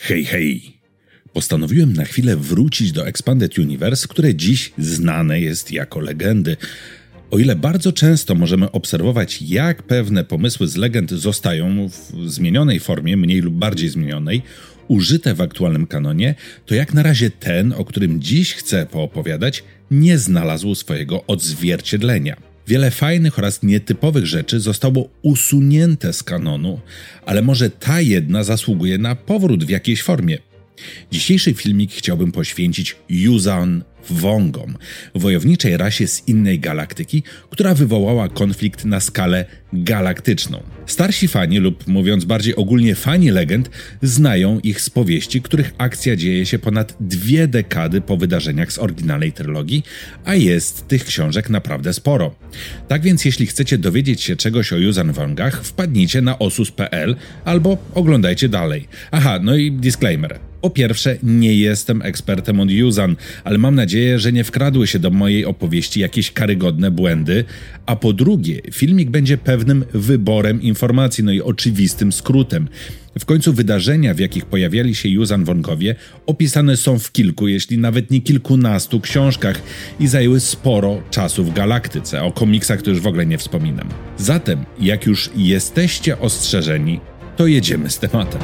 Hej, hej! Postanowiłem na chwilę wrócić do Expanded Universe, które dziś znane jest jako legendy. O ile bardzo często możemy obserwować, jak pewne pomysły z legend zostają w zmienionej formie, mniej lub bardziej zmienionej, użyte w aktualnym kanonie, to jak na razie ten, o którym dziś chcę poopowiadać, nie znalazł swojego odzwierciedlenia. Wiele fajnych oraz nietypowych rzeczy zostało usunięte z kanonu, ale może ta jedna zasługuje na powrót w jakiejś formie. Dzisiejszy filmik chciałbym poświęcić Yuuzhan Vongom, wojowniczej rasie z innej galaktyki, która wywołała konflikt na skalę galaktyczną. Starsi fani, lub mówiąc bardziej ogólnie fani legend, znają ich z powieści, których akcja dzieje się ponad 2 dekady po wydarzeniach z oryginalnej trylogii, a jest tych książek naprawdę sporo. Tak więc jeśli chcecie dowiedzieć się czegoś o Yuuzhan Vongach, wpadnijcie na osus.pl albo oglądajcie dalej. Aha, no i disclaimer. Po pierwsze, nie jestem ekspertem od Yuuzhan, ale mam nadzieję, że nie wkradły się do mojej opowieści jakieś karygodne błędy, a po drugie, filmik będzie pewnym wyborem informacji, no i oczywistym skrótem. W końcu wydarzenia, w jakich pojawiali się Yuuzhan Vongowie, opisane są w kilku, jeśli nawet nie kilkunastu książkach i zajęły sporo czasu w galaktyce. O komiksach to już w ogóle nie wspominam. Zatem, jak już jesteście ostrzeżeni, to jedziemy z tematem.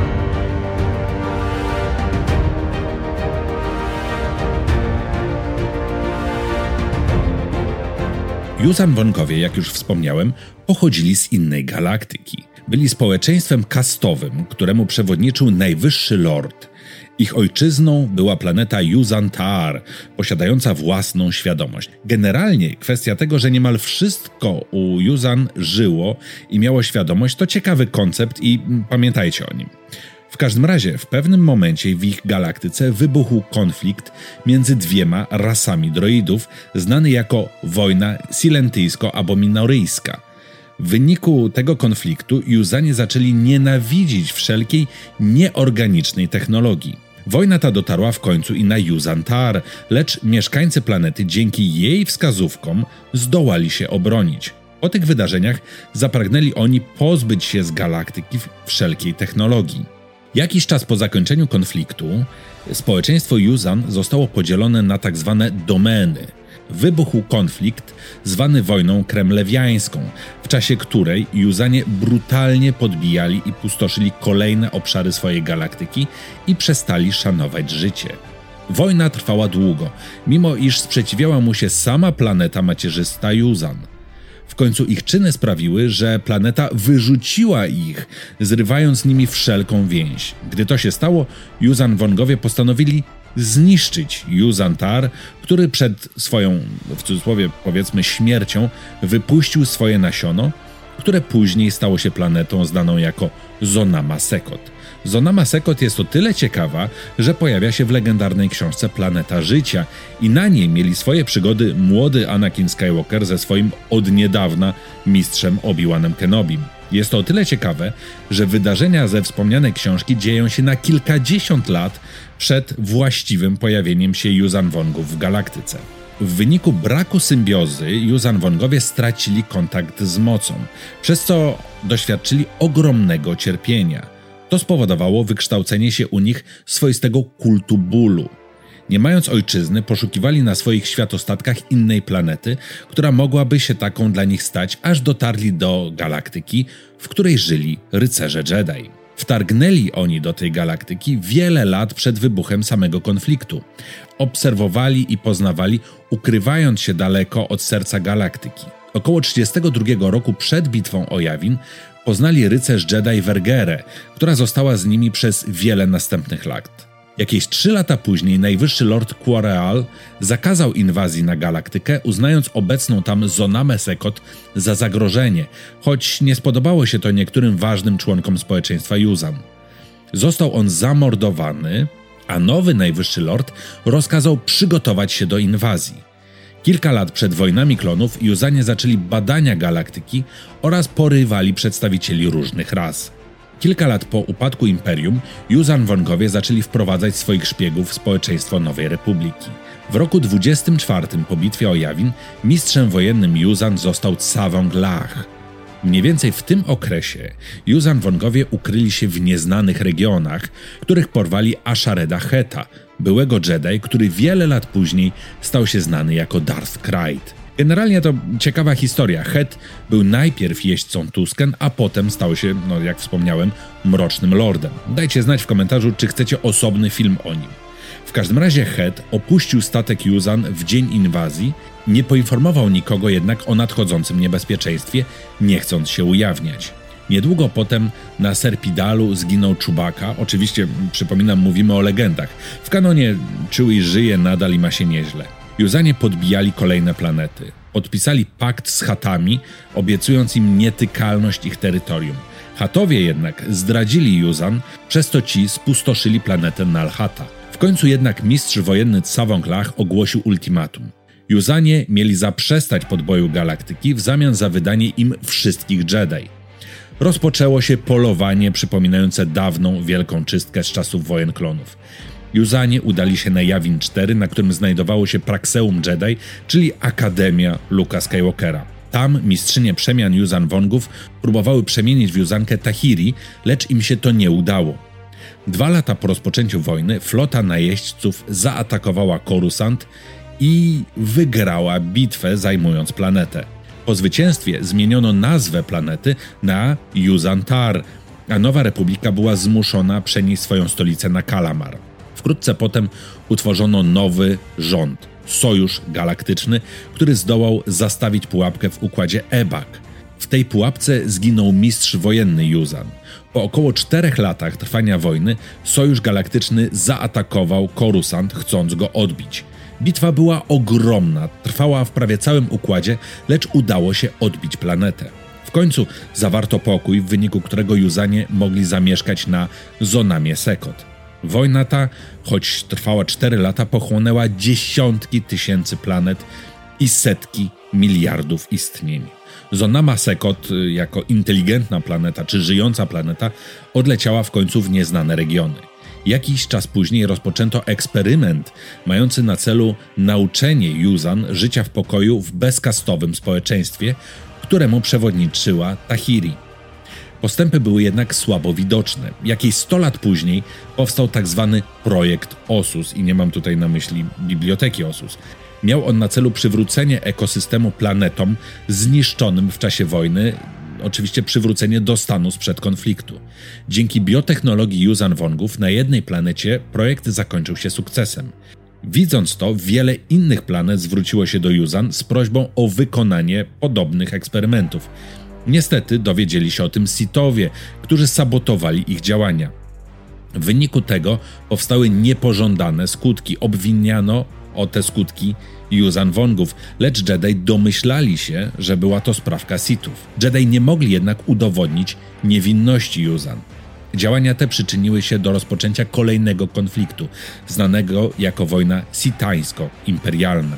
Yuuzhan Vongowie, jak już wspomniałem, pochodzili z innej galaktyki. Byli społeczeństwem kastowym, któremu przewodniczył najwyższy lord. Ich ojczyzną była planeta Yuuzhan Ta'ar, posiadająca własną świadomość. Generalnie kwestia tego, że niemal wszystko u Yuuzhan żyło i miało świadomość, to ciekawy koncept i pamiętajcie o nim. W każdym razie, w pewnym momencie w ich galaktyce wybuchł konflikt między 2 rasami droidów, znany jako wojna silentyjsko-abominoryjska. W wyniku tego konfliktu Yuuzhanie zaczęli nienawidzić wszelkiej nieorganicznej technologii. Wojna ta dotarła w końcu i na Yuuzhan Ta'ar, lecz mieszkańcy planety dzięki jej wskazówkom zdołali się obronić. Po tych wydarzeniach zapragnęli oni pozbyć się z galaktyki wszelkiej technologii. Jakiś czas po zakończeniu konfliktu społeczeństwo Yuuzhan zostało podzielone na tak zwane domeny. Wybuchł konflikt zwany wojną kremlewiańską, w czasie której Yuuzhanie brutalnie podbijali i pustoszyli kolejne obszary swojej galaktyki i przestali szanować życie. Wojna trwała długo, mimo iż sprzeciwiała mu się sama planeta macierzysta Yuuzhan. W końcu ich czyny sprawiły, że planeta wyrzuciła ich, zrywając z nimi wszelką więź. Gdy to się stało, Yuuzhan Vongowie postanowili zniszczyć Yuuzhan Ta'ar, który przed swoją, w cudzysłowie powiedzmy, śmiercią wypuścił swoje nasiono, które później stało się planetą znaną jako Zonama Sekot. Zonama Sekot jest o tyle ciekawa, że pojawia się w legendarnej książce Planeta Życia i na niej mieli swoje przygody młody Anakin Skywalker ze swoim od niedawna mistrzem Obi-Wanem Kenobim. Jest to o tyle ciekawe, że wydarzenia ze wspomnianej książki dzieją się na kilkadziesiąt lat przed właściwym pojawieniem się Yuuzhan Vongów w galaktyce. W wyniku braku symbiozy Yuuzhan Vongowie stracili kontakt z mocą, przez co doświadczyli ogromnego cierpienia. To spowodowało wykształcenie się u nich swoistego kultu bólu. Nie mając ojczyzny, poszukiwali na swoich światostatkach innej planety, która mogłaby się taką dla nich stać, aż dotarli do galaktyki, w której żyli rycerze Jedi. Wtargnęli oni do tej galaktyki wiele lat przed wybuchem samego konfliktu. Obserwowali i poznawali, ukrywając się daleko od serca galaktyki. Około 32 roku przed bitwą o Yavin poznali rycerz Jedi Vergerę, która została z nimi przez wiele następnych lat. Jakieś 3 lata później najwyższy lord Quareal zakazał inwazji na galaktykę, uznając obecną tam Zonamę Sekot za zagrożenie, choć nie spodobało się to niektórym ważnym członkom społeczeństwa Yuuzhan. Został on zamordowany, a nowy najwyższy lord rozkazał przygotować się do inwazji. Kilka lat przed wojnami klonów Yuuzhanie zaczęli badania galaktyki oraz porywali przedstawicieli różnych ras. Kilka lat po upadku Imperium Yuuzhan Vongowie zaczęli wprowadzać swoich szpiegów w społeczeństwo Nowej Republiki. W roku 24 po bitwie o Yavin mistrzem wojennym Yuuzhan został Tsawong Lach. Mniej więcej w tym okresie Yuuzhan Vongowie ukryli się w nieznanych regionach, których porwali Ashareda Heta, byłego Jedi, który wiele lat później stał się znany jako Darth Krayt. Generalnie to ciekawa historia. Het był najpierw jeźdźcą Tusken, a potem stał się, jak wspomniałem, Mrocznym Lordem. Dajcie znać w komentarzu, czy chcecie osobny film o nim. W każdym razie Het opuścił statek Yuuzhan w dzień inwazji, nie poinformował nikogo jednak o nadchodzącym niebezpieczeństwie, nie chcąc się ujawniać. Niedługo potem na Serpidalu zginął Chewbacca. Oczywiście, przypominam, mówimy o legendach. W kanonie Chewie żyje nadal i ma się nieźle. Yuuzhanie podbijali kolejne planety. Podpisali pakt z Huttami, obiecując im nietykalność ich terytorium. Huttowie jednak zdradzili Yuuzhan, przez to ci spustoszyli planetę Nal Hutta. W końcu jednak mistrz wojenny Savon Lach ogłosił ultimatum. Yuuzhanie mieli zaprzestać podboju galaktyki w zamian za wydanie im wszystkich Jedi. Rozpoczęło się polowanie przypominające dawną wielką czystkę z czasów wojen klonów. Yuuzhanie udali się na Yavin 4, na którym znajdowało się Praxeum Jedi, czyli Akademia Luke'a Skywalkera. Tam mistrzynie przemian Yuuzhan Vongów próbowały przemienić w Yuuzhankę Tahiri, lecz im się to nie udało. 2 lata po rozpoczęciu wojny flota najeźdźców zaatakowała Coruscant i wygrała bitwę, zajmując planetę. Po zwycięstwie zmieniono nazwę planety na Yuuzhan Tar, a Nowa Republika była zmuszona przenieść swoją stolicę na Kalamar. Wkrótce potem utworzono nowy rząd, Sojusz Galaktyczny, który zdołał zastawić pułapkę w układzie Ebak. W tej pułapce zginął mistrz wojenny Yuuzhan. Po około 4 latach trwania wojny Sojusz Galaktyczny zaatakował Coruscant, chcąc go odbić. Bitwa była ogromna, trwała w prawie całym układzie, lecz udało się odbić planetę. W końcu zawarto pokój, w wyniku którego Yuuzhanie mogli zamieszkać na Zonamie Sekot. Wojna ta, choć trwała 4 lata, pochłonęła dziesiątki tysięcy planet i setki miliardów istnień. Zonama Sekot, jako inteligentna planeta czy żyjąca planeta, odleciała w końcu w nieznane regiony. Jakiś czas później rozpoczęto eksperyment mający na celu nauczenie Yuuzhan życia w pokoju w bezkastowym społeczeństwie, któremu przewodniczyła Tahiri. Postępy były jednak słabo widoczne. Jakieś 100 lat później powstał tzw. projekt Ossus i nie mam tutaj na myśli biblioteki Ossus. Miał on na celu przywrócenie ekosystemu planetom zniszczonym w czasie wojny, oczywiście przywrócenie do stanu sprzed konfliktu. Dzięki biotechnologii Yuuzhan Vongów na jednej planecie projekt zakończył się sukcesem. Widząc to, wiele innych planet zwróciło się do Yuuzhan z prośbą o wykonanie podobnych eksperymentów. Niestety dowiedzieli się o tym Sithowie, którzy sabotowali ich działania. W wyniku tego powstały niepożądane skutki. Obwiniano o te skutki Yuuzhan Vongów, lecz Jedi domyślali się, że była to sprawka Sithów. Jedi nie mogli jednak udowodnić niewinności Yuuzhan. Działania te przyczyniły się do rozpoczęcia kolejnego konfliktu, znanego jako wojna sithańsko-imperialna.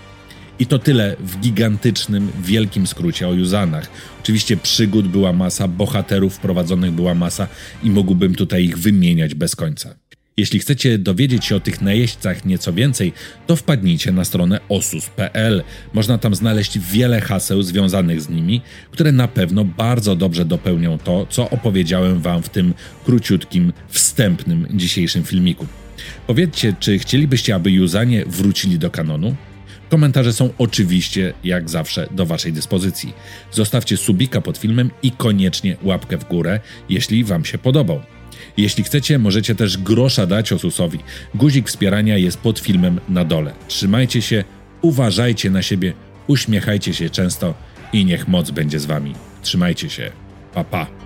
I to tyle w gigantycznym, wielkim skrócie o Yuuzhanach. Oczywiście przygód była masa, bohaterów wprowadzonych była masa i mógłbym tutaj ich wymieniać bez końca. Jeśli chcecie dowiedzieć się o tych najeźdźcach nieco więcej, to wpadnijcie na stronę ossus.pl. Można tam znaleźć wiele haseł związanych z nimi, które na pewno bardzo dobrze dopełnią to, co opowiedziałem wam w tym króciutkim, wstępnym dzisiejszym filmiku. Powiedzcie, czy chcielibyście, aby Yuuzhanie wrócili do kanonu? Komentarze są oczywiście, jak zawsze, do waszej dyspozycji. Zostawcie subika pod filmem i koniecznie łapkę w górę, jeśli wam się podobał. Jeśli chcecie, możecie też grosza dać Ossusowi. Guzik wspierania jest pod filmem na dole. Trzymajcie się, uważajcie na siebie, uśmiechajcie się często i niech moc będzie z wami. Trzymajcie się. Pa, pa.